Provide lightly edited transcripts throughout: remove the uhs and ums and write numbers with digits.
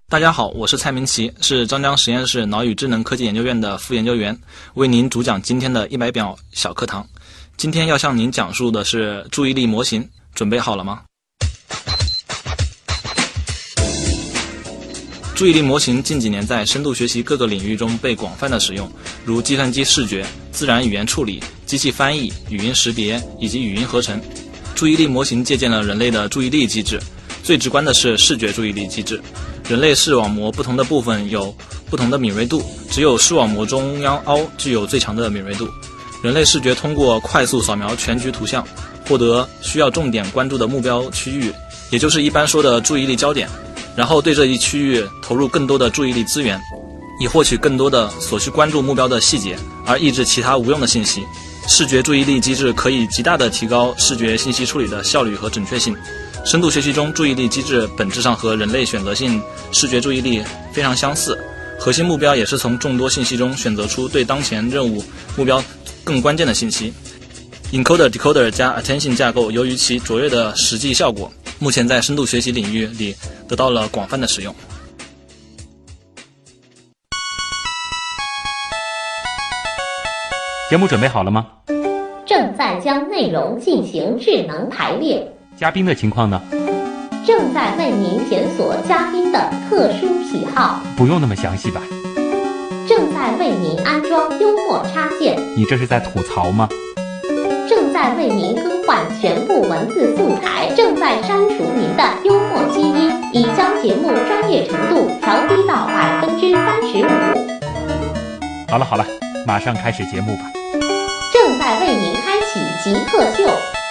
大家好，我是蔡明奇，是张江实验室脑与智能科技研究院的副研究员，为您主讲今天的100秒小课堂。今天要向您讲述的是注意力模型，准备好了吗？注意力模型近几年在深度学习各个领域中被广泛的使用，如计算机视觉、自然语言处理、机器翻译、语音识别以及语音合成。注意力模型借鉴了人类的注意力机制，最直观的是视觉注意力机制。人类视网膜不同的部分有不同的敏锐度，只有视网膜中央凹具有最强的敏锐度。人类视觉通过快速扫描全局图像，获得需要重点关注的目标区域，也就是一般说的注意力焦点，然后对这一区域投入更多的注意力资源，以获取更多的所需关注目标的细节，而抑制其他无用的信息。视觉注意力机制可以极大地提高视觉信息处理的效率和准确性。深度学习中，注意力机制本质上和人类选择性视觉注意力非常相似，核心目标也是从众多信息中选择出对当前任务目标更关键的信息。Encoder、Decoder 加 Attention 架构由于其卓越的实际效果，目前在深度学习领域里得到了广泛的使用。 节目准备好了吗？ 正在将内容进行智能排列。 嘉宾的情况呢？ 正在为您检索嘉宾的特殊喜好。 不用那么详细吧？ 正在为您安装幽默插件。 你这是在吐槽吗？ 正在为您更换全部文字素材。正在删除您的幽默基因，已将节目专业程度调低到35%。 好了，马上开始节目吧。 正在为您开启极客秀。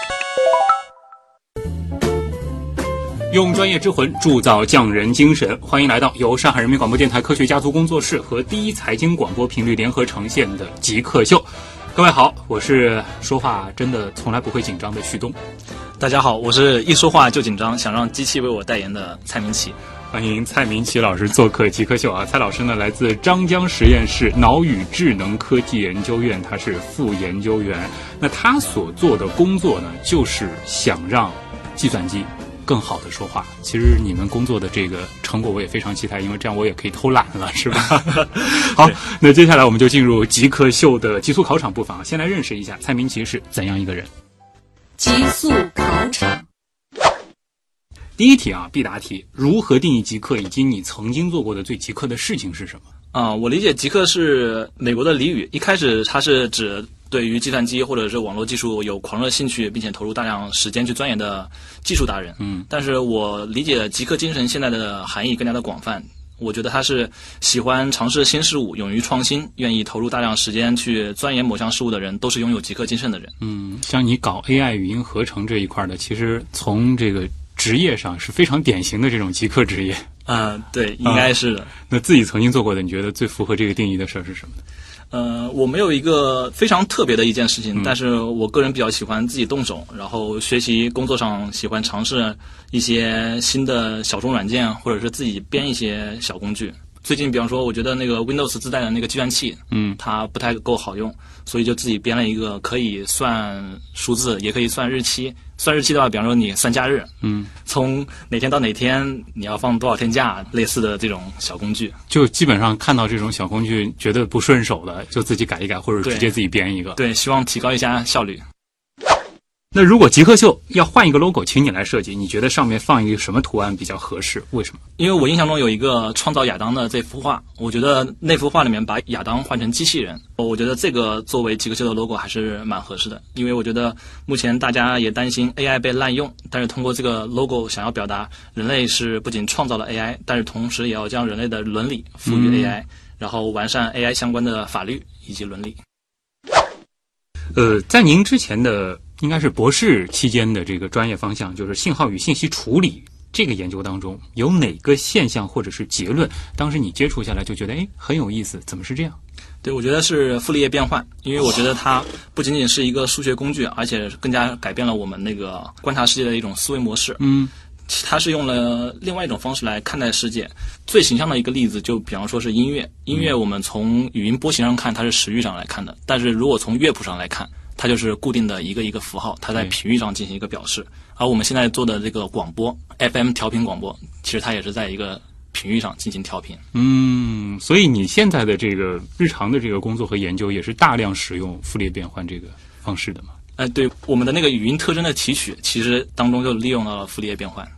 用专业之魂铸造匠人精神，欢迎来到由上海人民广播电台科学家族工作室和第一财经广播频率联合呈现的极客秀。各位好，我是说话真的从来不会紧张的旭东。 大家好，我是一说话就紧张，想让机器为我代言的蔡明奇。 欢迎蔡明奇老师做客极客秀啊！蔡老师呢来自张江实验室脑与智能科技研究院，他是副研究员。那他所做的工作呢，就是想让计算机更好的说话。其实你们工作的这个成果我也非常期待，因为这样我也可以偷懒了，是吧？好，那接下来我们就进入极客秀的极速考场部分啊，先来认识一下蔡明奇是怎样一个人。 极速考场。 第一题啊，必答题，如何定义极客，以及你曾经做过的最极客的事情是什么？ 我理解极客是美国的俚语，一开始它是指对于计算机或者是网络技术有狂热兴趣，并且投入大量时间去钻研的技术达人。但是我理解极客精神现在的含义更加的广泛。我觉得他是喜欢尝试新事物，勇于创新，愿意投入大量时间去钻研某项事物的人，都是拥有极客精神的人。 像你搞 AI 语音合成这一块的，其实从这个职业上是非常典型的这种极客职业。 对，应该是的。 那自己曾经做过的，你觉得最符合这个定义的事儿是什么呢？ 我没有一个非常特别的一件事情，但是我个人比较喜欢自己动手，然后学习工作上喜欢尝试一些新的小众软件，或者是自己编一些小工具。最近比方说我觉得那个 Windows 自带的那个计算器它不太够好用，所以就自己编了一个可以算数字也可以算日期。算日期的话，比方说你算假日，从哪天到哪天你要放多少天假，类似的这种小工具。 就基本上看到这种小工具觉得不顺手的，就自己改一改，或者直接自己编一个。 对，希望提高一下效率。 那如果极客秀要换一个 logo， 请你来设计，你觉得上面放一个什么图案比较合适？为什么？ 因为我印象中有一个创造亚当的这幅画，我觉得那幅画里面把亚当换成机器人，我觉得这个作为极客秀的 logo 还是蛮合适的。因为我觉得目前大家也担心 AI 被滥用，但是通过这个 logo 想要表达人类是不仅创造了 AI， 但是同时也要将人类的伦理赋予 AI，然后完善 AI 相关的法律以及伦理。 在您之前的应该是博士期间的这个专业方向，就是信号与信息处理这个研究当中，有哪个现象或者是结论，当时你接触下来就觉得很有意思，怎么是这样？ 对，我觉得是傅立叶变换，因为我觉得它不仅仅是一个数学工具，而且更加改变了我们那个观察世界的一种思维模式。它是用了另外一种方式来看待世界。最形象的一个例子就比方说是音乐，音乐我们从语音波形上看它是时域上来看的，但是如果从乐谱上来看，它就是固定的一个一个符号，它在频率上进行一个表示。而我们现在做的这个广播 FM 调频广播，其实它也是在一个频率上进行调频。 所以你现在的这个日常的这个工作和研究也是大量使用傅里叶变换这个方式的吗？ 对，我们的那个语音特征的提取，其实当中就利用到了傅里叶变换。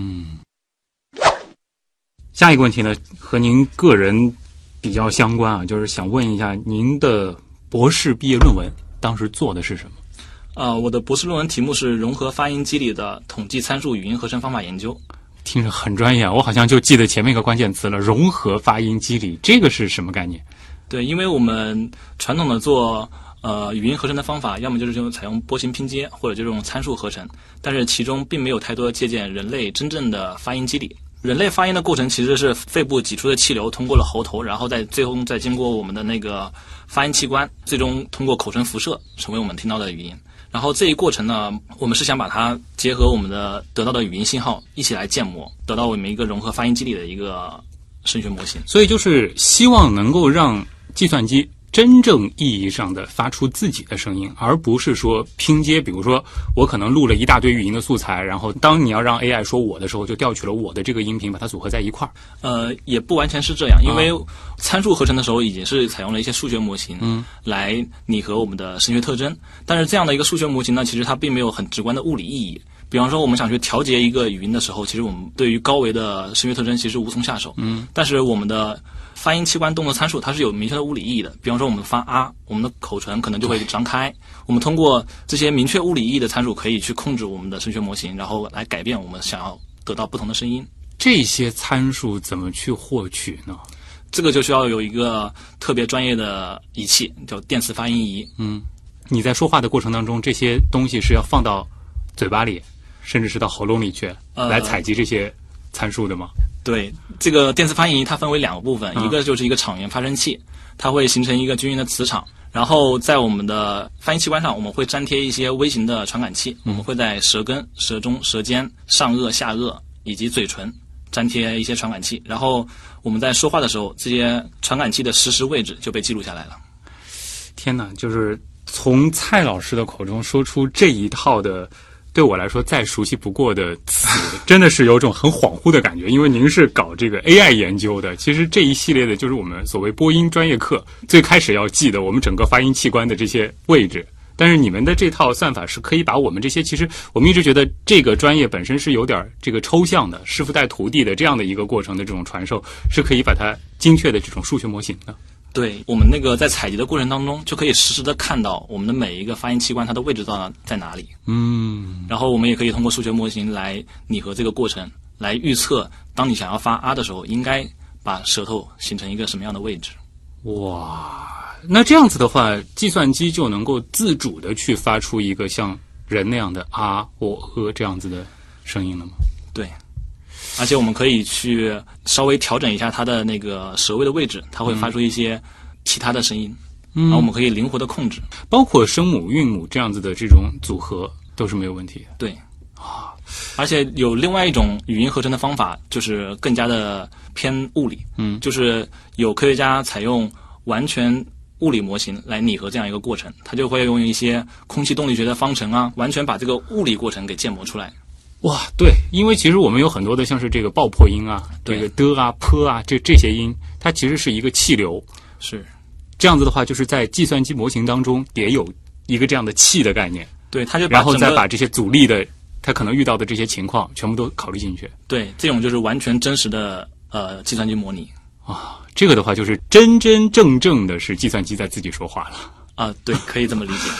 下一个问题呢，和您个人比较相关啊，就是想问一下您的博士毕业论文当时做的是什么？ 我的博士论文题目是融合发音机理的统计参数语音合成方法研究。 听着很专业啊，我好像就记得前面一个关键词了，融合发音机理，这个是什么概念？ 对，因为我们传统的做语音合成的方法，要么就是采用波形拼接，或者就是用参数合成，但是其中并没有太多借鉴人类真正的发音机理。人类发音的过程其实是肺部挤出的气流通过了喉头，然后最后再经过我们的那个发音器官，最终通过口唇辐射成为我们听到的语音。然后这一过程呢，我们是想把它结合我们的得到的语音信号一起来建模，得到我们一个融合发音机理的一个声学模型。 所以就是希望能够让计算机真正意义上的发出自己的声音，而不是说拼接。比如说我可能录了一大堆语音的素材，然后当你要让 AI 说我的时候，就调取了我的这个音频，把它组合在一块儿。 也不完全是这样，因为参数合成的时候已经是采用了一些数学模型来拟合我们的声学特征，但是这样的一个数学模型呢，其实它并没有很直观的物理意义。比方说我们想去调节一个语音的时候，其实我们对于高维的声学特征其实无从下手。但是我们的发音器官动作参数它是有明确的物理意义的。比方说我们发啊，我们的口唇可能就会张开，我们通过这些明确物理意义的参数可以去控制我们的声学模型，然后来改变我们想要得到不同的声音。 这些参数怎么去获取呢？ 这个就需要有一个特别专业的仪器，叫电磁发音仪。 你在说话的过程当中，这些东西是要放到嘴巴里，甚至是到喉咙里去，来采集这些参数的吗？ 对，这个电磁发音仪它分为2个部分，一个就是一个场源发生器，它会形成一个均匀的磁场，然后在我们的发音器官上，我们会粘贴一些微型的传感器，我们会在舌根、舌中、舌尖、上颚、下颚以及嘴唇粘贴一些传感器，然后我们在说话的时候，这些传感器的实时位置就被记录下来了。 天哪，就是从蔡老师的口中说出这一套的，对我来说再熟悉不过的词，真的是有种很恍惚的感觉。因为您是搞这个 AI 研究的，其实这一系列的就是我们所谓播音专业课最开始要记的我们整个发音器官的这些位置。但是你们的这套算法是可以把我们这些，其实我们一直觉得这个专业本身是有点这个抽象的，师傅带徒弟的这样的一个过程的这种传授，是可以把它精确的这种数学模型的。 对，我们那个在采集的过程当中，就可以实时的看到我们的每一个发音器官它的位置在哪里。然后我们也可以通过数学模型来拟合这个过程，来预测当你想要发啊的时候，应该把舌头形成一个什么样的位置。 哇，那这样子的话，计算机就能够自主的去发出一个像人那样的啊、我、这样子的声音了吗？ 对。而且我们可以去稍微调整一下它的那个舌位的位置，它会发出一些其他的声音，然后我们可以灵活的控制， 包括声母、韵母这样子的这种组合都是没有问题的。 对，而且有另外一种语音合成的方法，就是更加的偏物理，就是有科学家采用完全物理模型来拟合这样一个过程，他就会用一些空气动力学的方程啊，完全把这个物理过程给建模出来。 哇，对，因为其实我们有很多的像是这个爆破音啊，这个的啊、p啊，这些音，它其实是一个气流。 是这样子的话，就是在计算机模型当中也有一个这样的气的概念。 对，它就然后再把这些阻力的，它可能遇到的这些情况全部都考虑进去。 对，这种就是完全真实的计算机模拟啊。这个的话就是真真正正的是计算机在自己说话了啊。对，可以这么理解。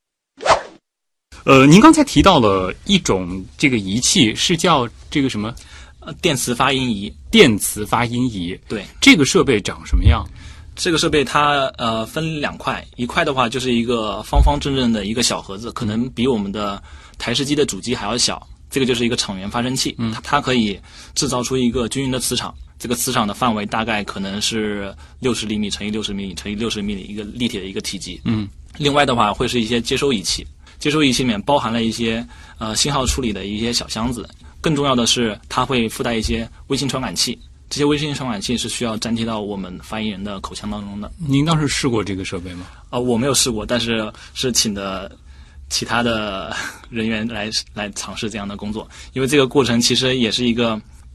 您刚才提到了一种这个仪器，是叫这个什么？ 电磁发音仪。 电磁发音仪。 对， 这个设备长什么样？ 这个设备它分2块，一块的话就是一个方方正正的一个小盒子，可能比我们的台式机的主机还要小。这个就是一个场源发生器，它可以制造出一个均匀的磁场。这个磁场的范围大概可能是60厘米乘以60厘米乘以60厘米的一个立体的一个体积。另外的话会是一些接收仪器。接收仪器里面包含了一些信号处理的一些小箱子，更重要的是它会附带一些微型传感器，这些微型传感器是需要粘贴到我们发音人的口腔当中的。 您当时试过这个设备吗？ 我没有试过，但是是请的其他的人员来尝试这样的工作，因为这个过程其实也是一个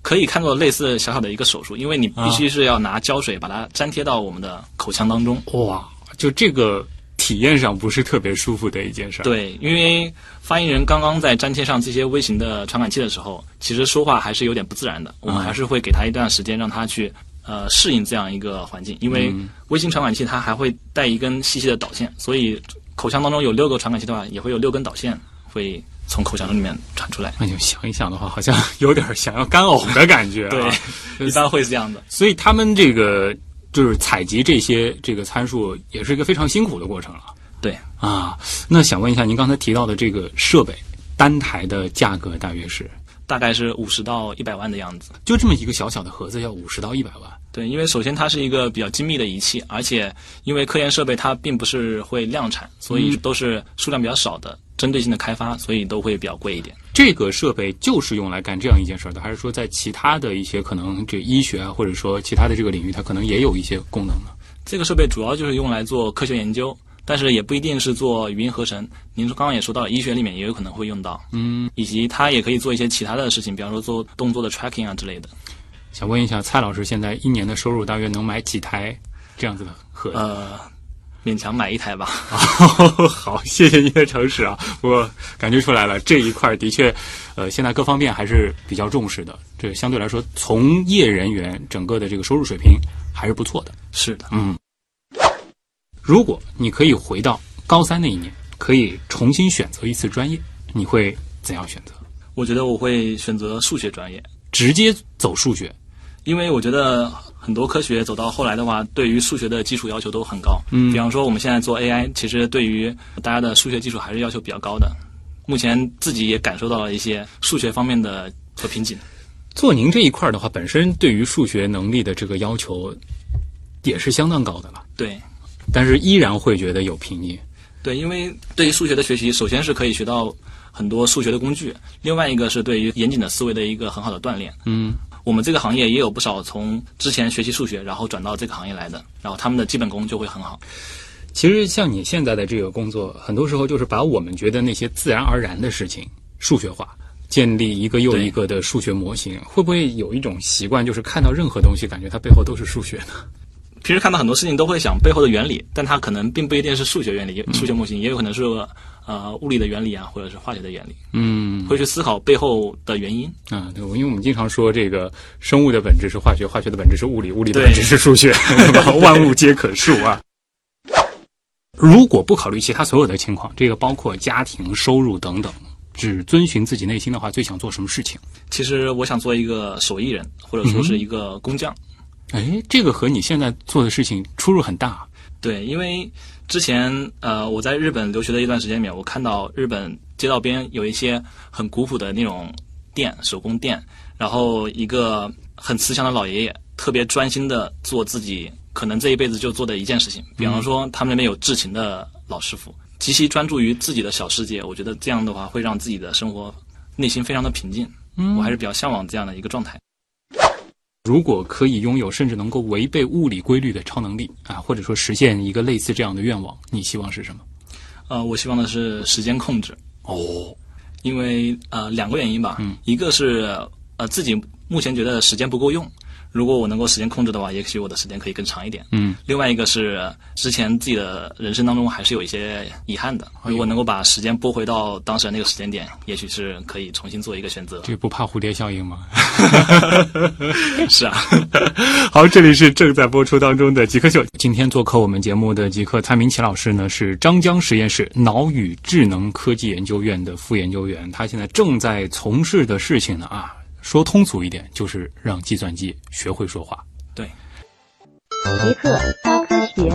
可以看作类似小小的一个手术，因为你必须是要拿胶水把它粘贴到我们的口腔当中。 哇，就这个体验上不是特别舒服的一件事。 对，因为发音人刚刚在粘贴上这些微型的传感器的时候，其实说话还是有点不自然的。我们还是会给他一段时间，让他去适应这样一个环境，因为微型传感器它还会带一根细细的导线，所以口腔当中有6个传感器的话，也会有6根导线会从口腔里面传出来。 那就想一想的话，好像有点想要干呕的感觉啊。 对，一般会是这样的。 所以他们这个就是采集这个参数，也是一个非常辛苦的过程了。 对啊，那想问一下，您刚才提到的这个设备单台的价格大概是50到100万的样子。 就这么一个小小的盒子要50到100万？ 对，因为首先它是一个比较精密的仪器，而且因为科研设备它并不是会量产，所以都是数量比较少的针对性的开发，所以都会比较贵一点。 这个设备就是用来干这样一件事的，还是说在其他的一些可能这医学啊，或者说其他的这个领域，它可能也有一些功能呢？ 这个设备主要就是用来做科学研究，但是也不一定是做语音合成。您刚刚也说到了，医学里面也有可能会用到，以及它也可以做一些其他的事情，比方说做动作的 tracking 啊之类的。 想问一下，蔡老师现在1年的收入大约能买几台这样子的盒子？ 勉强买1台吧。 好，谢谢您的诚实啊，我感觉出来了，这一块的确，现在各方面还是比较重视的。这相对来说，从业人员整个的这个收入水平还是不错的。 是的， 如果你可以回到高3那一年，可以重新选择一次专业，你会怎样选择？ 我觉得我会选择数学专业， 直接走数学。 因为我觉得很多科学走到后来的话，对于数学的基础要求都很高。比方说我们现在做 AI， 其实对于大家的数学基础还是要求比较高的。目前自己也感受到了一些数学方面的瓶颈。 做您这一块的话，本身对于数学能力的这个要求也是相当高的了。 对， 但是依然会觉得有瓶颈。 对，因为对于数学的学习，首先是可以学到很多数学的工具，另外一个是对于严谨的思维的一个很好的锻炼。我们这个行业也有不少从之前学习数学然后转到这个行业来的，然后他们的基本功就会很好。 其实像你现在的这个工作，很多时候就是把我们觉得那些自然而然的事情数学化，建立一个又一个的数学模型。会不会有一种习惯，就是看到任何东西感觉它背后都是数学呢？ 平时看到很多事情都会想背后的原理，但它可能并不一定是数学原理、数学模型，也有可能是物理的原理啊，或者是化学的原理。会去思考背后的原因啊。对，因为我们经常说这个生物的本质是化学，化学的本质是物理，物理的本质是数学，对吧？万物皆可数啊。如果不考虑其他所有的情况，这个包括家庭、收入等等，只遵循自己内心的话，最想做什么事情？ 其实我想做一个手艺人，或者说是一个工匠。 这个和你现在做的事情出入很大。 对，因为之前我在日本留学的一段时间里面，我看到日本街道边有一些很古朴的那种店，手工店，然后一个很慈祥的老爷爷特别专心的做自己可能这一辈子就做的一件事情。比方说他们那边有制琴的老师傅，极其专注于自己的小世界。我觉得这样的话会让自己的生活内心非常的平静。我还是比较向往这样的一个状态。 如果可以拥有甚至能够违背物理规律的超能力啊，或者说实现一个类似这样的愿望，你希望是什么？ 我希望的是时间控制。因为2个原因吧。一个是自己目前觉得时间不够用，如果我能够时间控制的话，也许我的时间可以更长一点。另外一个是之前自己的人生当中还是有一些遗憾的，如果能够把时间拨回到当时的那个时间点，也许是可以重新做一个选择。 这不怕蝴蝶效应吗？ 是啊。 好，这里是正在播出当中的极客秀。今天做客我们节目的极客蔡明启老师呢，是张江实验室脑与智能科技研究院的副研究员。他现在正在从事的事情呢说通俗一点，就是让计算机学会说话。 对， 极客高科学。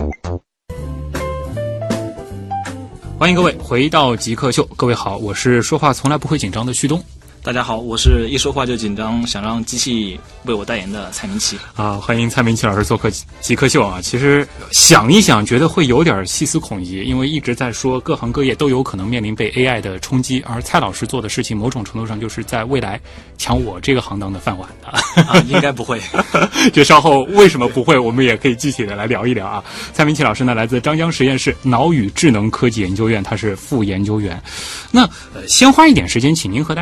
欢迎各位回到极客秀。各位好，我是说话从来不会紧张的旭东。 大家好，我是一说话就紧张，想让机器为我代言的蔡明启啊！欢迎蔡明启老师做客极客秀啊！其实想一想，觉得会有点细思恐极，因为一直在说各行各业都有可能面临被 AI 的冲击，而蔡老师做的事情，某种程度上就是在未来抢我这个行当的饭碗的。 应该不会。 这稍后为什么不会，我们也可以具体的来聊一聊啊！蔡明启老师呢，来自张江实验室脑与智能科技研究院，他是副研究员。那先花一点时间，请您和大家来讲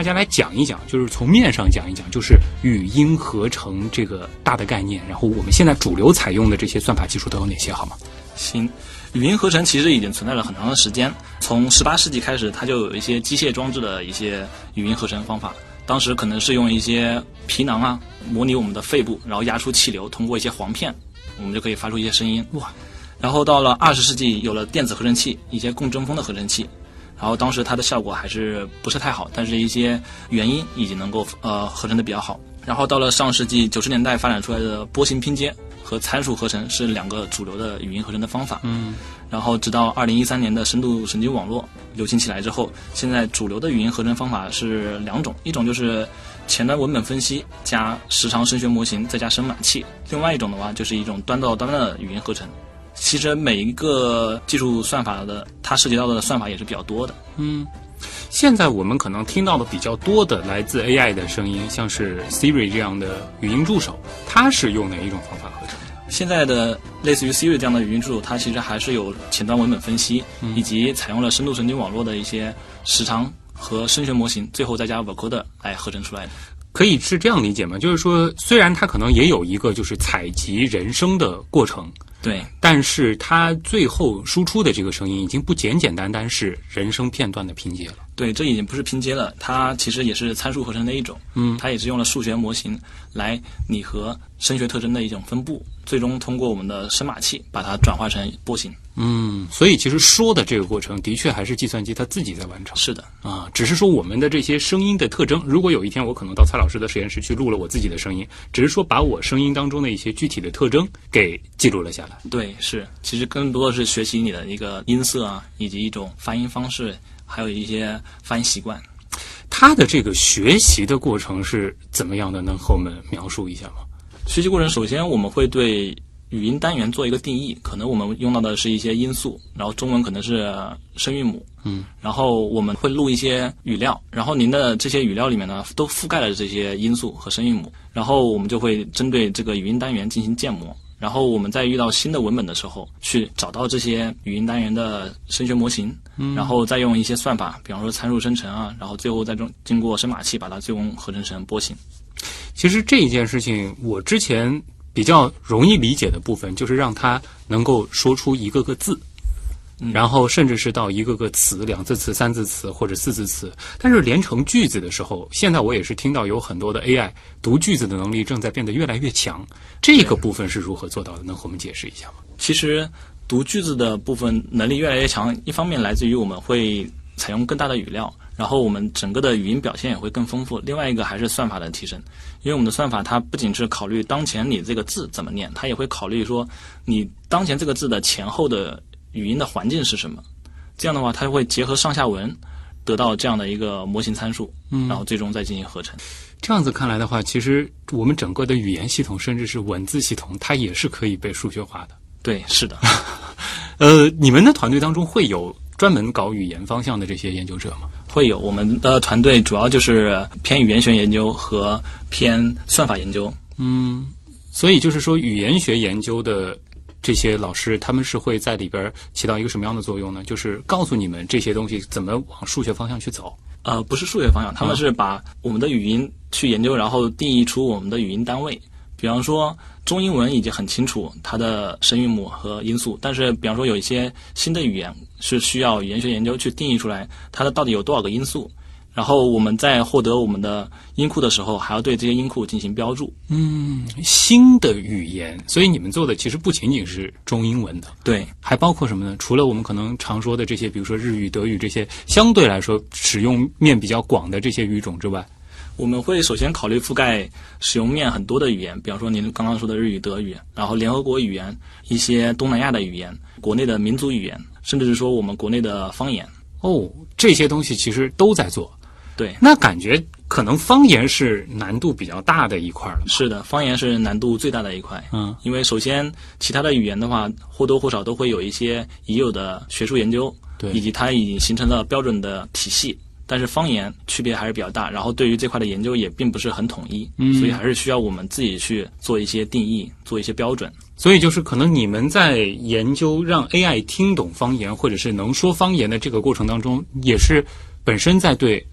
讲一讲，就是从面上讲一讲，就是语音合成这个大的概念，然后我们现在主流采用的这些算法技术都有哪些，好吗？ 行，语音合成其实已经存在了很长的时间，从18世纪开始，它就有一些机械装置的一些语音合成方法。当时可能是用一些皮囊啊，模拟我们的肺部，然后压出气流，通过一些簧片，我们就可以发出一些声音。哇！然后到了20世纪，有了电子合成器，一些共振风的合成器。然后当时它的效果还是不是太好，但是一些元音已经能够合成的比较好。然后到了上世纪90年代发展出来的波形拼接和参数合成是两个主流的语音合成的方法。然后直到2013年的深度神经网络流行起来之后，现在主流的语音合成方法是两种，一种就是前端文本分析加时长声学模型再加声码器，另外一种的话就是一种端到端的语音合成。其实每一个技术算法的它涉及到的算法也是比较多的。 现在我们可能听到的比较多的来自 AI 的声音，像是 Siri 这样的语音助手，它是用哪一种方法合成？ 现在的类似于 Siri 这样的语音助手，它其实还是有前端文本分析，以及采用了深度神经网络的一些时长和声学模型，最后再加 vocoder 来合成出来的。 可以是这样理解吗？就是说，虽然它可能也有一个就是采集人声的过程， 对， 但是它最后输出的这个声音已经不简简单单是人声片段的拼接了。 对，这已经不是拼接了，它其实也是参数合成的一种。它也是用了数学模型来拟合声学特征的一种分布，最终通过我们的声码器把它转化成波形。 所以其实说的这个过程的确还是计算机它自己在完成。 是的啊，只是说我们的这些声音的特征，如果有一天我可能到蔡老师的实验室去录了我自己的声音，只是说把我声音当中的一些具体的特征给记录了下来。 对，是，其实更多的是学习你的一个音色啊，以及一种发音方式，还有一些发音习惯。 它的这个学习的过程是怎么样的？能和我们描述一下吗？ 学习过程，首先我们会对语音单元做一个定义，可能我们用到的是一些音素，然后中文可能是声韵母，然后我们会录一些语料，然后您的这些语料里面呢都覆盖了这些音素和声韵母，然后我们就会针对这个语音单元进行建模，然后我们在遇到新的文本的时候，去找到这些语音单元的声学模型，然后再用一些算法，比方说参数生成啊，然后最后再经过声码器把它最终合成成波形。 其实这一件事情，我之前比较容易理解的部分，就是让它能够说出一个个字，然后甚至是到一个个词，2字词、3字词或者4字词。但是连成句子的时候，现在我也是听到有很多的 AI 读句子的能力正在变得越来越强。这个部分是如何做到的？能和我们解释一下吗？ 其实读句子的部分能力越来越强，一方面来自于我们会采用更大的语料，然后我们整个的语音表现也会更丰富。另外一个还是算法的提升，因为我们的算法它不仅是考虑当前你这个字怎么念，它也会考虑说你当前这个字的前后的语音的环境是什么。这样的话，它会结合上下文，得到这样的一个模型参数，然后最终再进行合成。 这样子看来的话，其实我们整个的语言系统，甚至是文字系统，它也是可以被数学化的。 对，是的。 你们的团队当中会有专门搞语言方向的这些研究者吗？ 会有，我们的团队主要就是偏语言学研究和偏算法研究。 所以就是说，语言学研究的这些老师，他们是会在里边起到一个什么样的作用呢？就是告诉你们这些东西怎么往数学方向去走。 不是数学方向，他们是把我们的语音去研究，然后定义出我们的语音单位。比方说中英文已经很清楚它的声韵母和音素，但是比方说有一些新的语言是需要语言学研究去定义出来它的到底有多少个音素，然后我们在获得我们的音库的时候还要对这些音库进行标注。 新的语言，所以你们做的其实不仅仅是中英文的， 对， 还包括什么呢？除了我们可能常说的这些，比如说日语、德语这些相对来说使用面比较广的这些语种之外， 我们会首先考虑覆盖使用面很多的语言，比方说您刚刚说的日语、德语，然后联合国语言，一些东南亚的语言，国内的民族语言，甚至是说我们国内的方言。 这些东西其实都在做。 对， 那感觉可能方言是难度比较大的一块了。 是的，方言是难度最大的一块。因为首先其他的语言的话，或多或少都会有一些已有的学术研究， 对， 以及它已经形成了标准的体系。但是方言区别还是比较大，然后对于这块的研究也并不是很统一，所以还是需要我们自己去做一些定义，做一些标准。 所以就是可能你们在研究让 AI 听懂方言或者是能说方言的这个过程当中，也是本身在对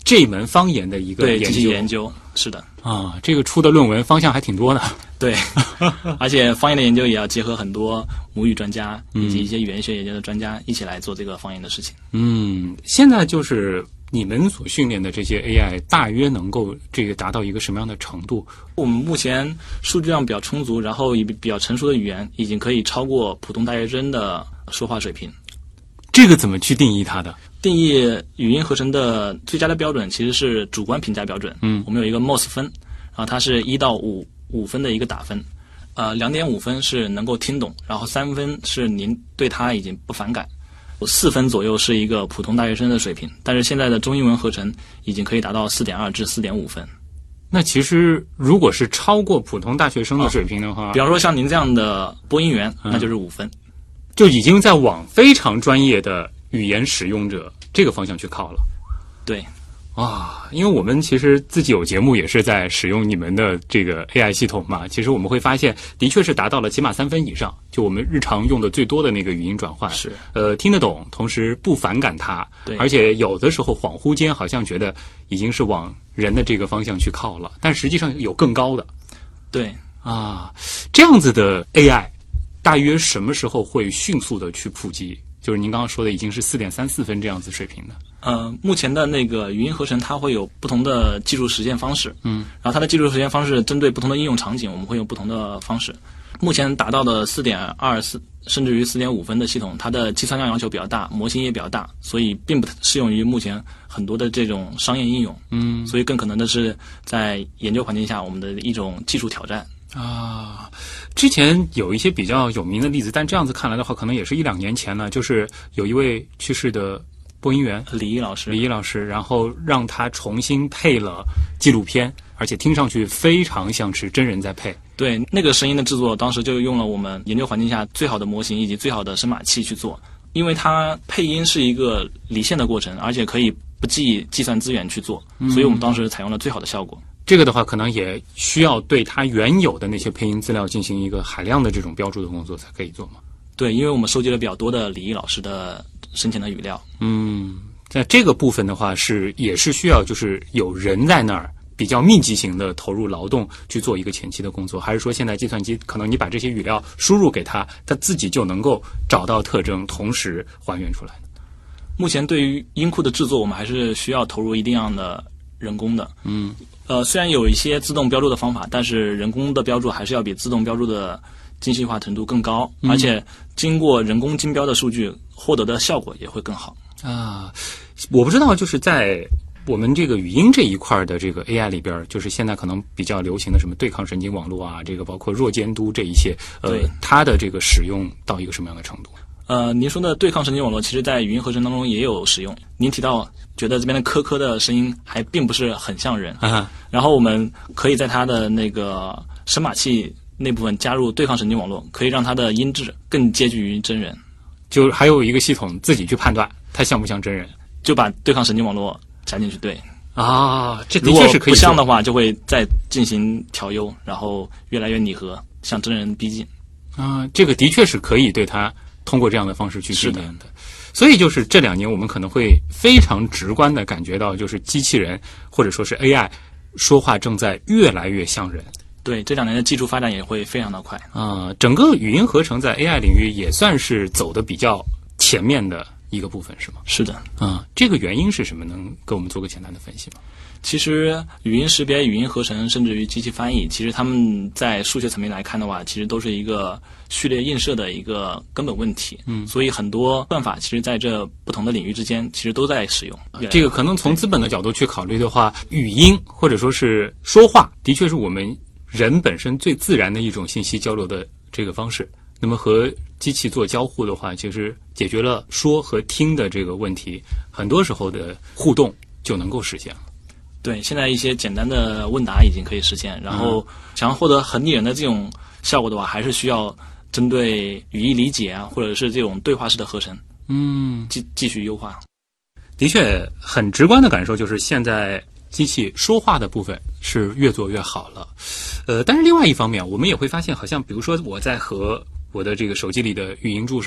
这门方言的一个对， 研机器究研究是的。 啊，这个出的论文方向还挺多的。 对，而且方言的研究也要结合很多母语专家以及一些语言学研究的专家一起来做这个方言的事情。 现在就是你们所训练的这些 AI 大约能够这个达到一个什么样的程度？ 我们目前数据量比较充足，然后以比较成熟的语言已经可以超过普通大学生的说话水平。 这个怎么去定义它的？ 定义语音合成的最佳的标准其实是主观评价标准。我们有一个 MOS 分，然后它是1到5分的一个打分。2.5分是能够听懂，然后3分是您对它已经不反感，4分左右是一个普通大学生的水平。但是现在的中英文合成已经可以达到4.2至4.5分。 那其实如果是超过普通大学生的水平的话， 比方说像您这样的播音员，那就是5分。 就已经在往非常专业的语言使用者这个方向去靠了。 对， 因为我们其实自己有节目也是在使用你们的这个 AI 系统嘛，其实我们会发现的确是达到了起码3分以上，就我们日常用的最多的那个语音转换是听得懂，同时不反感它， 对， 而且有的时候恍惚间好像觉得已经是往人的这个方向去靠了，但实际上有更高的。 对这样子的 AI大约什么时候会迅速的去普及？就是您刚刚说的已经是4.34分这样子水平的。 目前的那个语音合成它会有不同的技术实现方式，然后它的技术实现方式针对不同的应用场景，我们会用不同的方式。目前达到的4.24甚至于4.5分的系统，它的计算量要求比较大，模型也比较大，所以并不适用于目前很多的这种商业应用。所以更可能的是在研究环境下我们的一种技术挑战。 之前有一些比较有名的例子，但这样子看来的话，可能也是1-2年前了。就是有一位去世的播音员李毅老师， 然后让他重新配了纪录片，而且听上去非常像是真人在配。 对，那个声音的制作，当时就用了我们研究环境下最好的模型以及最好的声码器去做，因为它配音是一个离线的过程，而且可以不计计算资源去做，所以我们当时采用了最好的效果。 这个的话，可能也需要对它原有的那些配音资料进行一个海量的这种标注的工作才可以做嘛？ 对，因为我们收集了比较多的李毅老师的生前的语料。 在这个部分的话，也是需要就是有人在那儿比较密集型的投入劳动去做一个前期的工作，还是说现在计算机可能你把这些语料输入给它，它自己就能够找到特征，同时还原出来呢？ 目前对于音库的制作，我们还是需要投入一定样的人工的。虽然有一些自动标注的方法，但是人工的标注还是要比自动标注的精细化程度更高，而且经过人工精标的数据获得的效果也会更好。 我不知道就是在我们这个语音这一块的这个 AI 里边，就是现在可能比较流行的什么对抗神经网络啊，这个包括弱监督这一些，它的这个使用到一个什么样的程度？ 您说的对抗神经网络，其实在语音合成当中也有使用。您提到觉得这边的科科的声音还并不是很像人，然后我们可以在它的那个声码器那部分加入对抗神经网络，可以让它的音质更接近于真人。 就还有一个系统自己去判断它像不像真人， 就把对抗神经网络加进去。对这的确是可以做。 如果不像的话，就会再进行调优，然后越来越拟合，向真人逼近。 这个的确是可以对它通过这样的方式去训练的。所以就是这2年我们可能会非常直观的感觉到，就是机器人或者说是 AI 说话正在越来越像人。 对，这2年的技术发展也会非常的快。 整个语音合成在 AI 领域也算是走的比较前面的一个部分，是吗？ 是的。 这个原因是什么？能给我们做个简单的分析吗？ 其实语音识别、语音合成，甚至于机器翻译，其实他们在数学层面来看的话，其实都是一个序列映射的一个根本问题。所以很多算法其实在这不同的领域之间其实都在使用。 这个可能从资本的角度去考虑的话，语音或者说是说话，的确是我们人本身最自然的一种信息交流的这个方式。那么和机器做交互的话，其实解决了说和听的这个问题，很多时候的互动就能够实现了。 对，现在一些简单的问答已经可以实现，然后想要获得很拟人的这种效果的话，还是需要针对语义理解啊，或者是这种对话式的合成，继续优化。 的确，很直观的感受就是现在机器说话的部分是越做越好了。但是另外一方面，我们也会发现，好像比如说我在和我的这个手机里的语音助手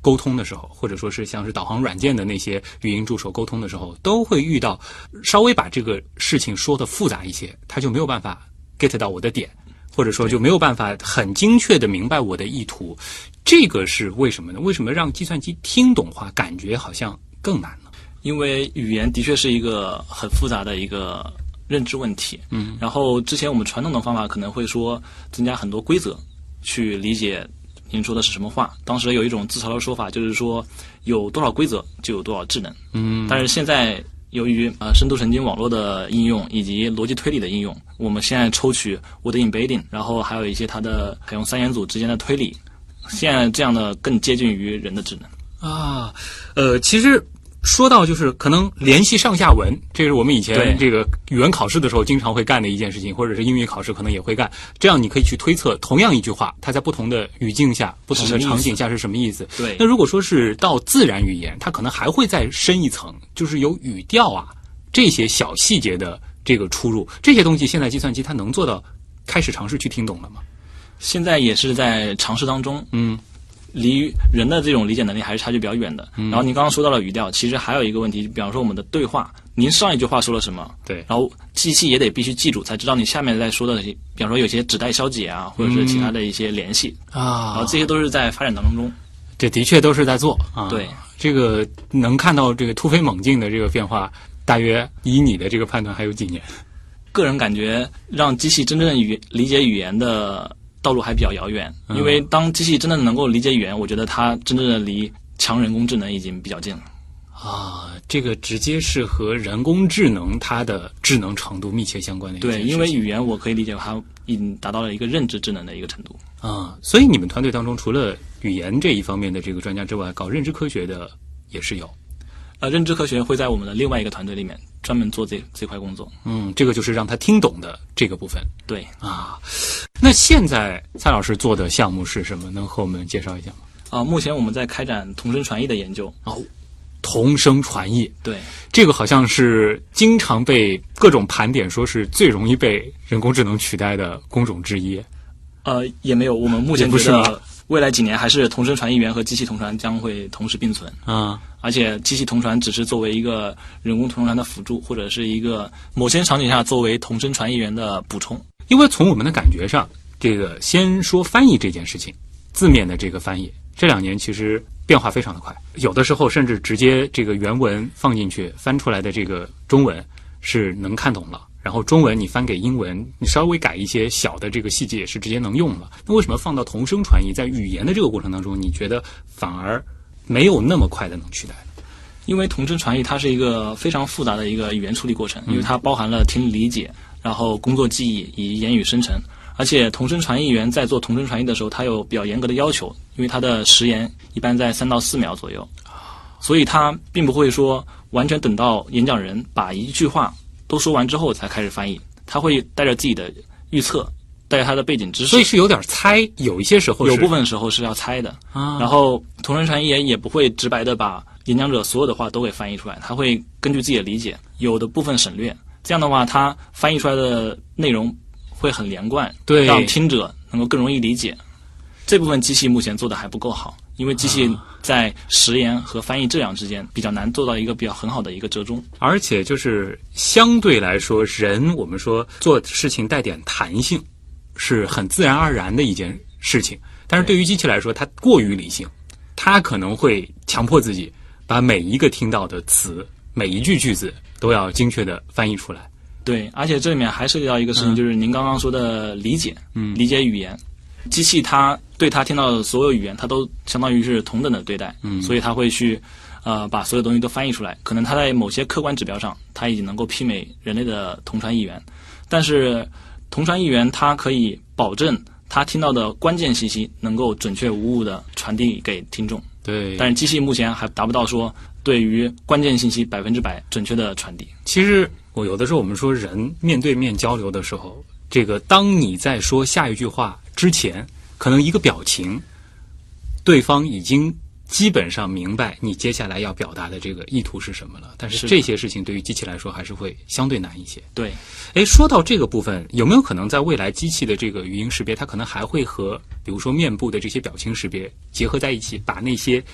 沟通的时候，或者说是像是导航软件的那些语音助手沟通的时候，都会遇到稍微把这个事情说的复杂一些，他就没有办法 get 到我的点，或者说就没有办法很精确的明白我的意图。这个是为什么呢？为什么让计算机听懂话感觉好像更难呢？ 因为语言的确是一个很复杂的一个认知问题。然后之前我们传统的方法可能会说增加很多规则去理解您说的是什么话。当时有一种自嘲的说法，就是说有多少规则就有多少智能。但是现在由于深度神经网络的应用以及逻辑推理的应用，我们现在抽取 word embedding， 然后还有一些它的采用三元组之间的推理，现在这样的更接近于人的智能啊。其实说到就是可能联系上下文，这是我们以前这个语文考试的时候经常会干的一件事情，或者是英语考试可能也会干。这样你可以去推测同样一句话，它在不同的语境下、不同的场景下是什么意思。 对。 那如果说是到自然语言，它可能还会再深一层，就是有语调啊这些小细节的这个出入，这些东西现在计算机它能做到开始尝试去听懂了吗？ 现在也是在尝试当中。离人的这种理解能力还是差距比较远的。然后您刚刚说到了语调，其实还有一个问题，比方说我们的对话，您上一句话说了什么， 对， 然后机器也得必须记住，才知道你下面在说的，比方说有些指代消解啊，或者是其他的一些联系啊， 然后这些都是在发展当中。 这的确都是在做啊。 对， 这个能看到这个突飞猛进的这个变化，大约以你的这个判断还有几年？ 个人感觉，让机器真正理解语言的道路还比较遥远，因为当机器真的能够理解语言，我觉得它真正的离强人工智能已经比较近了。 啊，这个直接是和人工智能它的智能程度密切相关的一件事情。 对，因为语言我可以理解它已经达到了一个认知智能的一个程度。 啊，所以你们团队当中除了语言这一方面的这个专家之外，搞认知科学的也是有。 认知科学会在我们的另外一个团队里面专门做这块工作。 这个就是让他听懂的这个部分。 对啊，那现在蔡老师做的项目是什么？能和我们介绍一下吗？ 目前我们在开展同声传译的研究。 同声传译， 对， 这个好像是经常被各种盘点说是最容易被人工智能取代的工种之一。 也没有，我们目前觉得未来几年还是同声传译员和机器同传将会同时并存啊， 而且机器同传只是作为一个人工同传的辅助，或者是一个某些场景下作为同声传译员的补充。 因为从我们的感觉上，这个先说翻译这件事情，字面的这个翻译，这2年其实变化非常的快，有的时候甚至直接这个原文放进去翻出来的这个中文是能看懂了。然后中文你翻给英文，你稍微改一些小的这个细节也是直接能用了。那为什么放到同声传译，在语言的这个过程当中，你觉得反而没有那么快的能取代呢？ 因为同声传译它是一个非常复杂的一个语言处理过程，因为它包含了听力理解，然后工作记忆以及言语生成。而且同声传译员在做同声传译的时候，它有比较严格的要求，因为它的时延一般在3到4秒左右，所以它并不会说完全等到演讲人把一句话都说完之后才开始翻译，他会带着自己的预测，带着他的背景知识， 所以是有点猜，有一些时候有部分时候是要猜的然后同声传译员也不会直白的把演讲者所有的话都给翻译出来，他会根据自己的理解，有的部分省略，这样的话他翻译出来的内容会很连贯， 对， 让听者能够更容易理解。这部分机器目前做的还不够好，因为机器在时延和翻译这两之间比较难做到一个比较很好的一个折中， 而且就是相对来说，人我们说做事情带点弹性是很自然而然的一件事情，但是对于机器来说，它过于理性，它可能会强迫自己把每一个听到的词、每一句句子都要精确的翻译出来。 对，而且这里面还涉及到一个事情，就是您刚刚说的理解，理解语言。机器它对它听到的所有语言，它都相当于是同等的对待，所以它会去把所有东西都翻译出来。可能它在某些客观指标上，它已经能够媲美人类的同传译员，但是同传译员它可以保证他听到的关键信息能够准确无误的传递给听众。 对， 但是机器目前还达不到说对于关键信息100%准确的传递。 其实我有的时候我们说人面对面交流的时候，这个当你在说下一句话之前，可能一个表情，对方已经基本上明白你接下来要表达的这个意图是什么了。但是这些事情对于机器来说还是会相对难一些。 对， 说到这个部分，有没有可能在未来机器的这个语音识别，它可能还会和比如说面部的这些表情识别结合在一起，把那些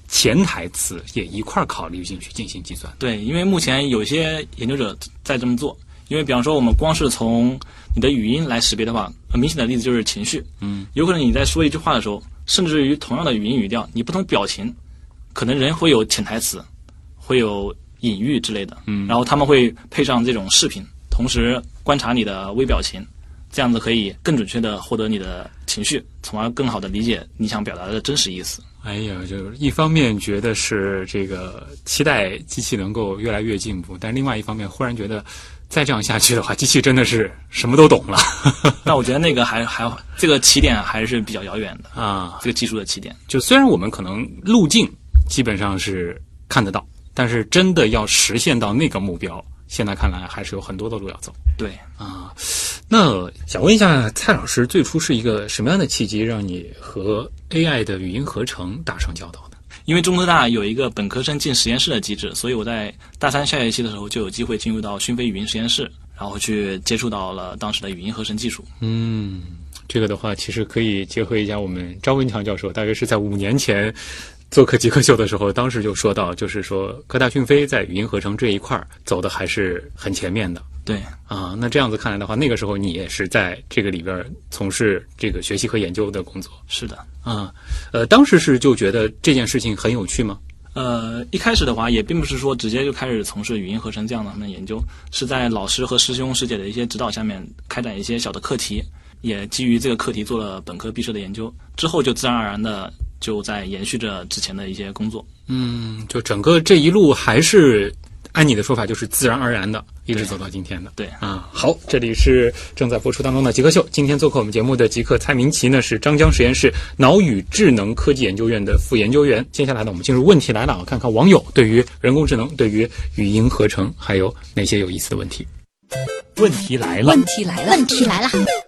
潜台词也一块儿考虑进去进行计算。 对，因为目前有些研究者在这么做。因为比方说我们光是从你的语音来识别的话，很明显的例子就是情绪。有可能你在说一句话的时候，甚至于同样的语音语调，你不同表情，可能人会有潜台词，会有隐喻之类的。然后他们会配上这种视频，同时观察你的微表情，这样子可以更准确的获得你的情绪，从而更好的理解你想表达的真实意思。 哎呀，就是一方面觉得是这个期待机器能够越来越进步，但另外一方面忽然觉得再这样下去的话，机器真的是什么都懂了。 但我觉得那个还这个起点还是比较遥远的啊， 这个技术的起点。 就虽然我们可能路径基本上是看得到，但是真的要实现到那个目标，现在看来还是有很多的路要走。 对啊，那想问一下蔡老师，最初是一个什么样的契机让你和 AI 的语音合成打上交道的？ 因为中科大有一个本科生进实验室的机制，所以我在大三下学期的时候就有机会进入到讯飞语音实验室，然后去接触到了当时的语音合成技术。 这个的话其实可以结合一下我们张文强教授，大约是在5年前做客极客秀的时候，当时就说到，就是说科大讯飞在语音合成这一块走的还是很前面的。 对啊，那这样子看来的话，那个时候你也是在这个里边从事这个学习和研究的工作。 是的啊，当时是就觉得这件事情很有趣吗？ 一开始的话也并不是说直接就开始从事语音合成这样的研究，是在老师和师兄师姐的一些指导下面开展一些小的课题，也基于这个课题做了本科毕设的研究，之后就自然而然的就在延续着之前的一些工作。 就整个这一路还是按你的说法就是自然而然的一直走到今天的。 对啊，好，这里是正在播出当中的极客秀。今天做客我们节目的极客蔡明奇呢，是张江实验室脑语智能科技研究院的副研究员。接下来呢，我们进入问题来了，看看网友对于人工智能、对于语音合成还有哪些有意思的问题。 问题来了， 问题来了，问题来了。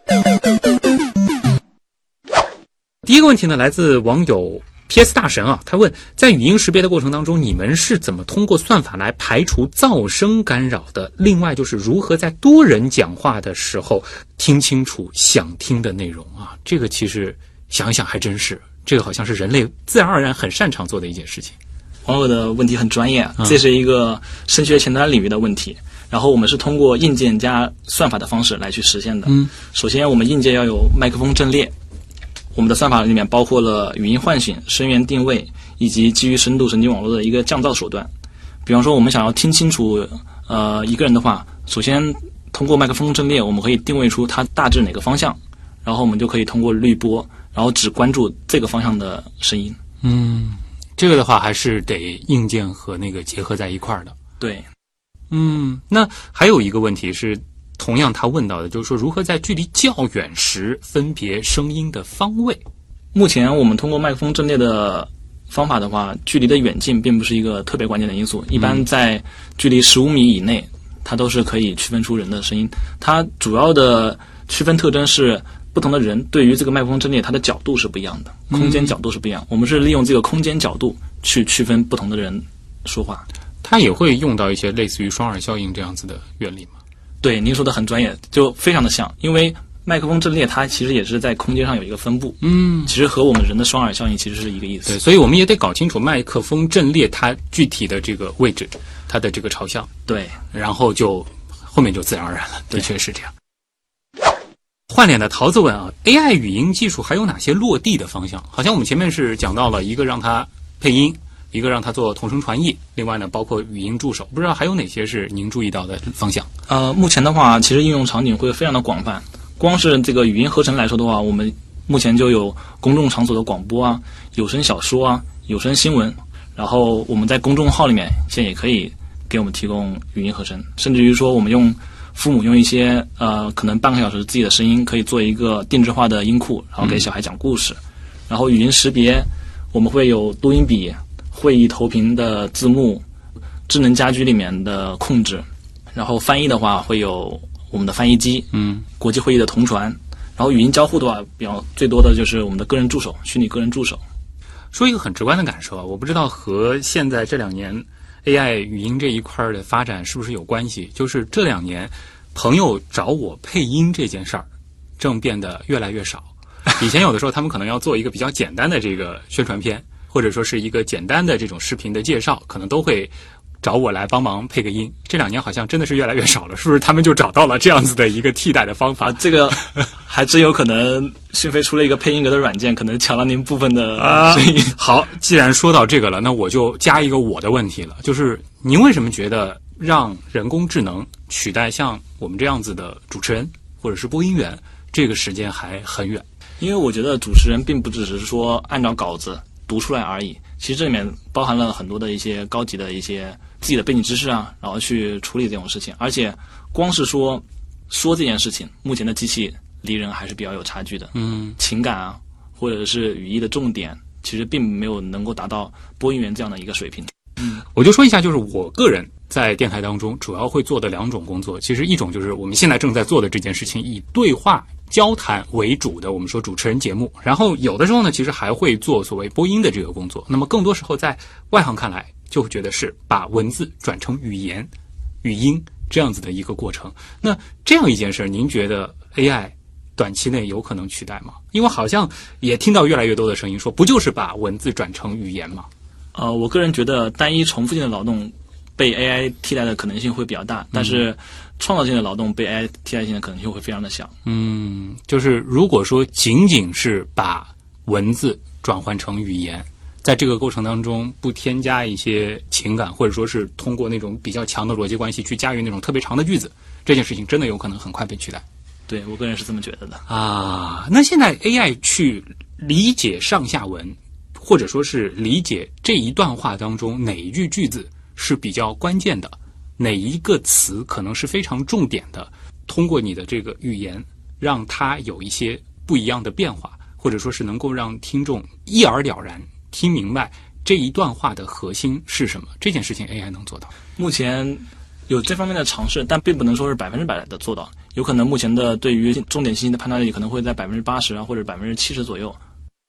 第一个问题呢，来自网友 PS 大神啊，他问，在语音识别的过程当中，你们是怎么通过算法来排除噪声干扰的？另外就是如何在多人讲话的时候听清楚想听的内容啊？这个其实想一想还真是，这个好像是人类自然而然很擅长做的一件事情。 网友的问题很专业，这是一个声学前端领域的问题。然后我们是通过硬件加算法的方式来去实现的。首先我们硬件要有麦克风阵列，我们的算法里面包括了语音唤醒、声源定位以及基于深度神经网络的一个降噪手段。比方说我们想要听清楚一个人的话，首先通过麦克风阵列我们可以定位出他大致哪个方向，然后我们就可以通过滤波，然后只关注这个方向的声音。 这个的话还是得硬件和那个结合在一块儿的。 对。 那还有一个问题是同样他问到的，就是说如何在距离较远时分别声音的方位。 目前我们通过麦克风阵列的方法的话，距离的远近并不是一个特别关键的因素，一般在距离15米以内它都是可以区分出人的声音。它主要的区分特征是不同的人对于这个麦克风阵列它的角度是不一样的，空间角度是不一样，我们是利用这个空间角度去区分不同的人说话。 它也会用到一些类似于双耳效应这样子的原理吗？ 对，您说的很专业，就非常的像，因为麦克风阵列它其实也是在空间上有一个分布，其实和我们人的双耳效应其实是一个意思。 对，所以我们也得搞清楚麦克风阵列它具体的这个位置，它的这个朝向。 对， 然后就后面就自然而然了，的确是这样。换脸的桃子问啊 ，AI 语音技术还有哪些落地的方向？好像我们前面是讲到了一个让它配音，一个让它做同声传译，另外呢包括语音助手，不知道还有哪些是您注意到的方向？ 目前的话其实应用场景会非常的广泛，光是这个语音合成来说的话，我们目前就有公众场所的广播啊、有声小说啊、有声新闻，然后我们在公众号里面现在也可以给我们提供语音合成，甚至于说我们父母用一些可能半个小时自己的声音可以做一个定制化的音库，然后给小孩讲故事。然后语音识别我们会有录音笔、会议投屏的字幕、智能家居里面的控制，然后翻译的话会有我们的翻译机，国际会议的同传，然后语音交互的话比较最多的就是我们的个人助手，虚拟个人助手。 说一个很直观的感受啊，我不知道和现在这2年 AI 语音这一块的发展是不是有关系，就是这2年朋友找我配音这件事儿正变得越来越少。以前有的时候他们可能要做一个比较简单的这个宣传片， 或者说是一个简单的这种视频的介绍，可能都会找我来帮忙配个音。这2年好像真的是越来越少了，是不是他们就找到了这样子的一个替代的方法？ 这个还真有可能讯飞出了一个配音格的软件，可能抢了您部分的声音。 好，既然说到这个了，那我就加一个我的问题了，就是您为什么觉得让人工智能取代像我们这样子的主持人或者是播音员，这个时间还很远？ 因为我觉得主持人并不只是说按照稿子读出来而已，其实这里面包含了很多的一些高级的一些自己的背景知识啊，然后去处理这种事情。而且光是说这件事情，目前的机器离人还是比较有差距的。情感啊，或者是语义的重点，其实并没有能够达到播音员这样的一个水平。 我就说一下，就是我个人在电台当中主要会做的2种工作。其实一种就是我们现在正在做的这件事情，以对话交谈为主的，我们说主持人节目。然后有的时候呢，其实还会做所谓播音的这个工作。那么更多时候在外行看来，就会觉得是把文字转成语言、语音这样子的一个过程。那这样一件事，您觉得 AI 短期内有可能取代吗？因为好像也听到越来越多的声音说，不就是把文字转成语言吗？ 我个人觉得单一重复性的劳动被 AI 替代的可能性会比较大，但是创造性的劳动被 AI 替代性的可能性会非常的小。 就是如果说仅仅是把文字转换成语言，在这个过程当中不添加一些情感，或者说是通过那种比较强的逻辑关系去驾驭那种特别长的句子，这件事情真的有可能很快被取代。 对，我个人是这么觉得的啊。那现在 AI 去理解上下文，或者说是理解这一段话当中哪一句句子是比较关键的，哪一个词可能是非常重点的，通过你的这个语言让它有一些不一样的变化，或者说是能够让听众一耳了然听明白这一段话的核心是什么，这件事情 AI 能做到。 目前有这方面的尝试，但并不能说是100%的做到，有可能目前的对于重点信息的判断力可能会在80%啊，或者70%左右。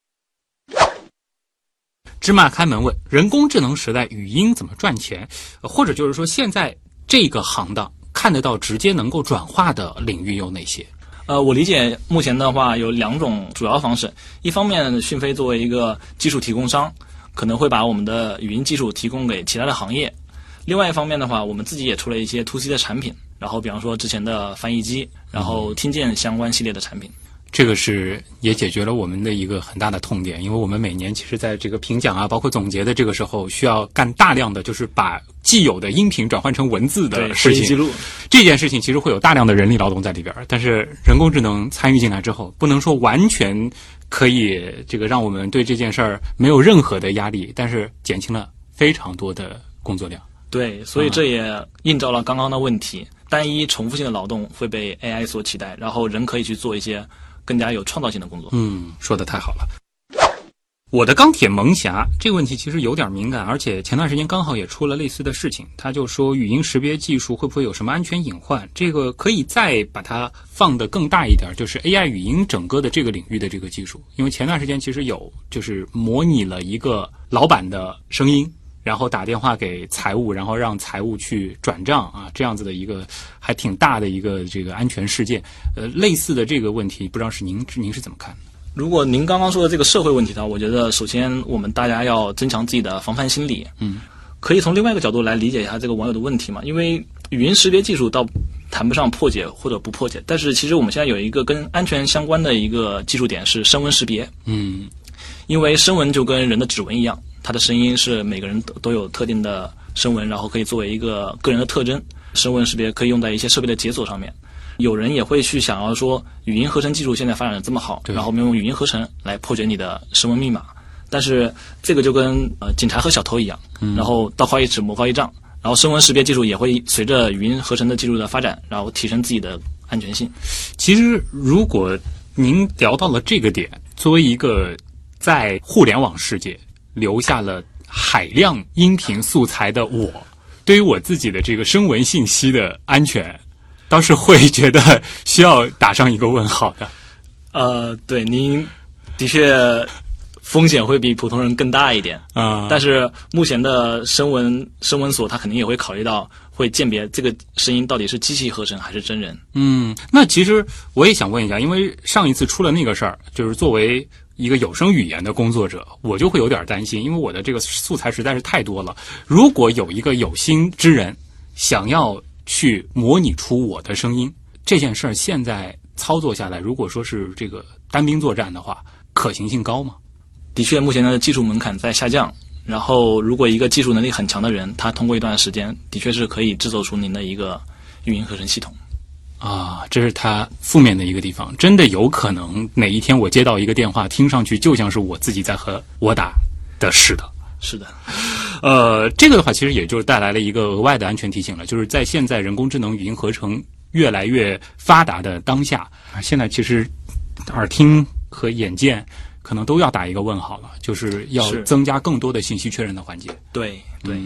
芝麻开门问，人工智能时代语音怎么赚钱？或者就是说现在这个行当看得到直接能够转化的领域有哪些？ 我理解目前的话有2种主要方式。一方面，讯飞作为一个技术提供商，可能会把我们的语音技术提供给其他的行业。另外一方面的话，我们自己也出了一些 2C 的产品，然后比方说之前的翻译机，然后听见相关系列的产品。 这个是也解决了我们的一个很大的痛点，因为我们每年其实在这个评奖啊，包括总结的这个时候，需要干大量的就是把既有的音频转换成文字的事情。 记录这件事情其实会有大量的人力劳动在里边，但是人工智能参与进来之后，不能说完全可以这个让我们对这件事儿没有任何的压力，但是减轻了非常多的工作量。 对，所以这也映照了刚刚的问题，单一重复性的劳动会被 AI 所取代，然后人可以去做一些更加有创造性的工作。 说得太好了。我的钢铁萌侠这个问题其实有点敏感，而且前段时间刚好也出了类似的事情，他就说语音识别技术会不会有什么安全隐患，这个可以再把它放得更大一点，就是 AI 语音整个的这个领域的这个技术。因为前段时间其实有就是模拟了一个老板的声音，然后打电话给财务，然后让财务去转账啊，这样子的一个还挺大的一个这个安全事件。类似的这个问题，不知道是您是怎么看的？ 如果您刚刚说的这个社会问题呢，我觉得首先我们大家要增强自己的防范心理。可以从另外一个角度来理解一下这个网友的问题嘛，因为语音识别技术倒谈不上破解或者不破解，但是其实我们现在有一个跟安全相关的一个技术点是声纹识别。因为声纹就跟人的指纹一样，它的声音是每个人都有特定的声纹，然后可以作为一个个人的特征。声纹识别可以用在一些设备的解锁上面。有人也会去想要说，语音合成技术现在发展的这么好，然后我们用语音合成来破解你的声纹密码。但是这个就跟警察和小偷一样，然后道高一尺魔高一丈，然后声纹识别技术也会随着语音合成的技术的发展，然后提升自己的安全性。 其实如果您聊到了这个点，作为一个在互联网世界留下了海量音频素材的我，对于我自己的这个声纹信息的安全倒是会觉得需要打上一个问号的。 对，您的确风险会比普通人更大一点啊。 但是目前的声纹所，它肯定也会考虑到，会鉴别这个声音到底是机器合成还是真人。 那其实我也想问一下，因为上一次出了那个事儿，就是作为一个有声语言的工作者，我就会有点担心，因为我的这个素材实在是太多了。如果有一个有心之人想要去模拟出我的声音，这件事儿现在操作下来，如果说是这个单兵作战的话，可行性高吗？ 的确，目前的技术门槛在下降。然后，如果一个技术能力很强的人，他通过一段时间，的确是可以制作出您的一个语音合成系统。 啊，这是它负面的一个地方。真的有可能哪一天我接到一个电话，听上去就像是我自己在和我打的似的。 是的。 这个的话，其实也就带来了一个额外的安全提醒了，就是在现在人工智能语音合成越来越发达的当下，现在其实耳听和眼见可能都要打一个问号了，就是要增加更多的信息确认的环节。 对。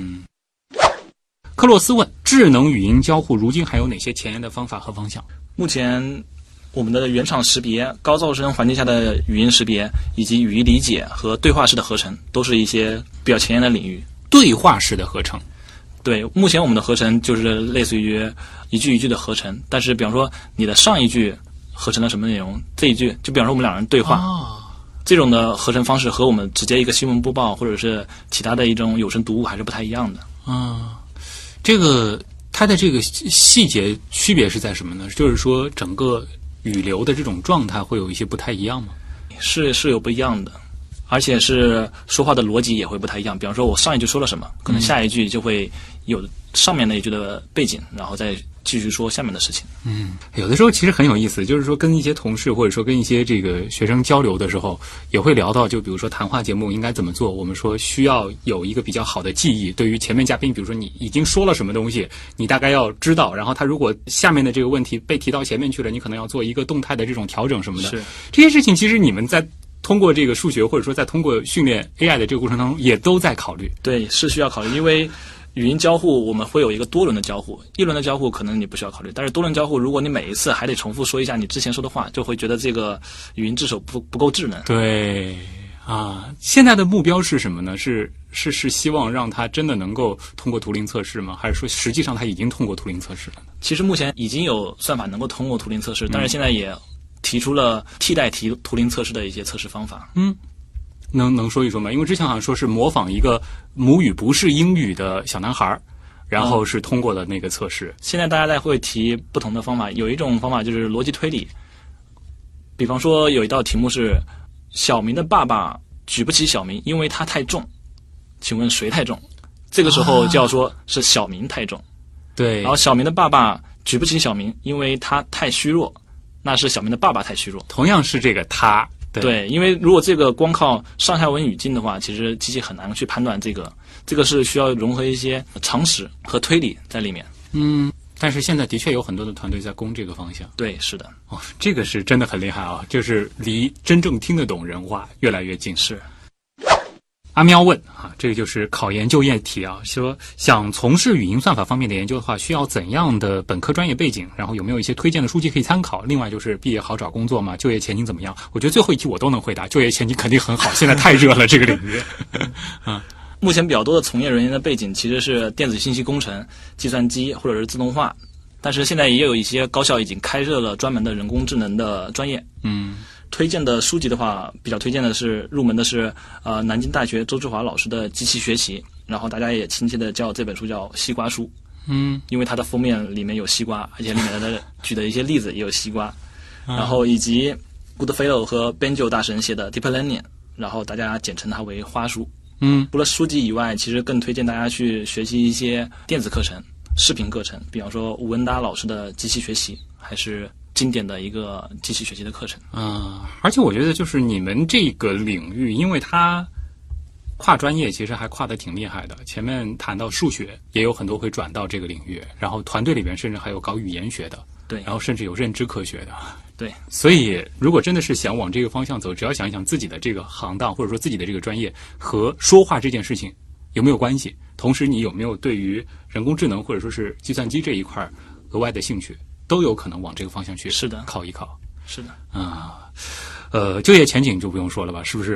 克洛斯问：智能语音交互如今还有哪些前沿的方法和方向？ 目前我们的原厂识别、高噪声环境下的语音识别，以及语义理解和对话式的合成，都是一些比较前沿的领域。 对话式的合成， 对，目前我们的合成就是类似于一句一句的合成，但是比方说你的上一句合成了什么内容，这一句就比方说我们两人对话，这种的合成方式和我们直接一个新闻播报或者是其他的一种有声读物还是不太一样的。 这个它的这个细节区别是在什么呢？就是说整个语流的这种状态会有一些不太一样吗？ 是有不一样的，而且是说话的逻辑也会不太一样。比方说我上一句说了什么，可能下一句就会有上面那一句的背景，然后再继续说下面的事情。 有的时候其实很有意思，就是说跟一些同事或者说跟一些这个学生交流的时候，也会聊到，就比如说谈话节目应该怎么做。我们说需要有一个比较好的记忆，对于前面嘉宾，比如说你已经说了什么东西，你大概要知道，然后他如果下面的这个问题被提到前面去了，你可能要做一个动态的这种调整什么的。 是这些事情，其实你们在通过这个数学或者说在通过训练 AI 的这个过程当中，也都在考虑。 对，是需要考虑，因为语音交互我们会有一个多轮的交互，一轮的交互可能你不需要考虑，但是多轮交互，如果你每一次还得重复说一下你之前说的话，就会觉得这个语音智手不够智能。 对啊，现在的目标是什么呢？是希望让它真的能够通过图灵测试吗？还是说实际上它已经通过图灵测试了呢？ 其实目前已经有算法能够通过图灵测试，但是现在也提出了替代图灵测试的一些测试方法。 能说一说吗？因为之前好像说是模仿一个母语不是英语的小男孩，然后是通过了那个测试。 现在大家会提不同的方法，有一种方法就是逻辑推理。比方说有一道题目是小明的爸爸举不起小明，因为他太重，请问谁太重？这个时候就要说是小明太重。 对， 然后小明的爸爸举不起小明，因为他太虚弱，那是小明的爸爸太虚弱。 同样是这个他。 对，因为如果这个光靠上下文语境的话，其实机器很难去判断这个是需要融合一些常识和推理在里面。 但是现在的确有很多的团队在攻这个方向。 对，是的。 这个是真的很厉害啊，就是离真正听得懂人话越来越近。 是。 阿喵问这个就是考研就业题啊，说想从事语音算法方面的研究的话，需要怎样的本科专业背景？然后有没有一些推荐的书籍可以参考？另外就是毕业好找工作吗？就业前景怎么样？我觉得最后一题我都能回答，就业前景肯定很好，现在太热了这个领域。 目前比较多的从业人员的背景其实是电子信息工程、计算机或者是自动化，但是现在也有一些高校已经开设了专门的人工智能的专业。推荐的书籍的话，比较推荐的是入门的是南京大学周志华老师的机器学习，然后大家也亲切的叫这本书叫西瓜书。因为它的封面里面有西瓜，而且里面的举的一些例子也有西瓜。然后以及 Goodfellow 和 Benjo 大神写的 Deep Learning， 然后大家简称它为花书。除了书籍以外，其实更推荐大家去学习一些电子课程、视频课程，比方说吴文达老师的机器学习，还是经典的一个机器学习的课程。 而且我觉得就是你们这个领域，因为它跨专业其实还跨得挺厉害的。前面谈到数学，也有很多会转到这个领域，然后团队里边甚至还有搞语言学的， 对， 然后甚至有认知科学的， 对。 所以如果真的是想往这个方向走，只要想一想自己的这个行当或者说自己的这个专业和说话这件事情有没有关系，同时你有没有对于人工智能或者说是计算机这一块额外的兴趣，都有可能往这个方向去考一考。 是的。 就业前景就不用说了吧，是不是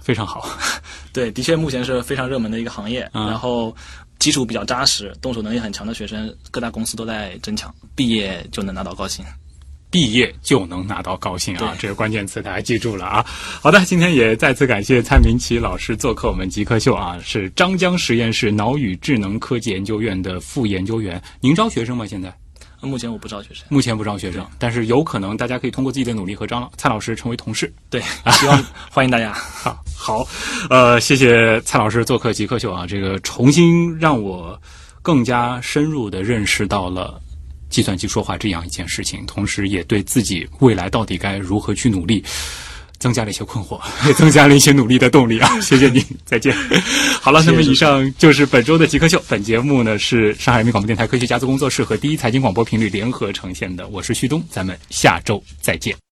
非常好。 对，的确目前是非常热门的一个行业，然后基础比较扎实、动手能力很强的学生，各大公司都在争抢，毕业就能拿到高薪。 毕业就能拿到高薪啊，这个关键词大家记住了啊。好的，今天也再次感谢蔡明启老师做客我们极客秀啊，是张江实验室脑与智能科技研究院的副研究员。您招学生吗？现在？ 目前我不招学生。 目前不招学生，但是有可能大家可以通过自己的努力和蔡老师成为同事。 对，希望欢迎大家。 好，谢谢蔡老师做客极客秀啊，这个重新让我更加深入的认识到了计算机说话这样一件事情，同时也对自己未来到底该如何去努力增加了一些困惑，也增加了一些努力的动力啊！谢谢您，再见。好了，那么以上就是本周的极客秀。本节目呢是上海人民广播电台科学家族工作室和第一财经广播频率联合呈现的，我是旭东，咱们下周再见。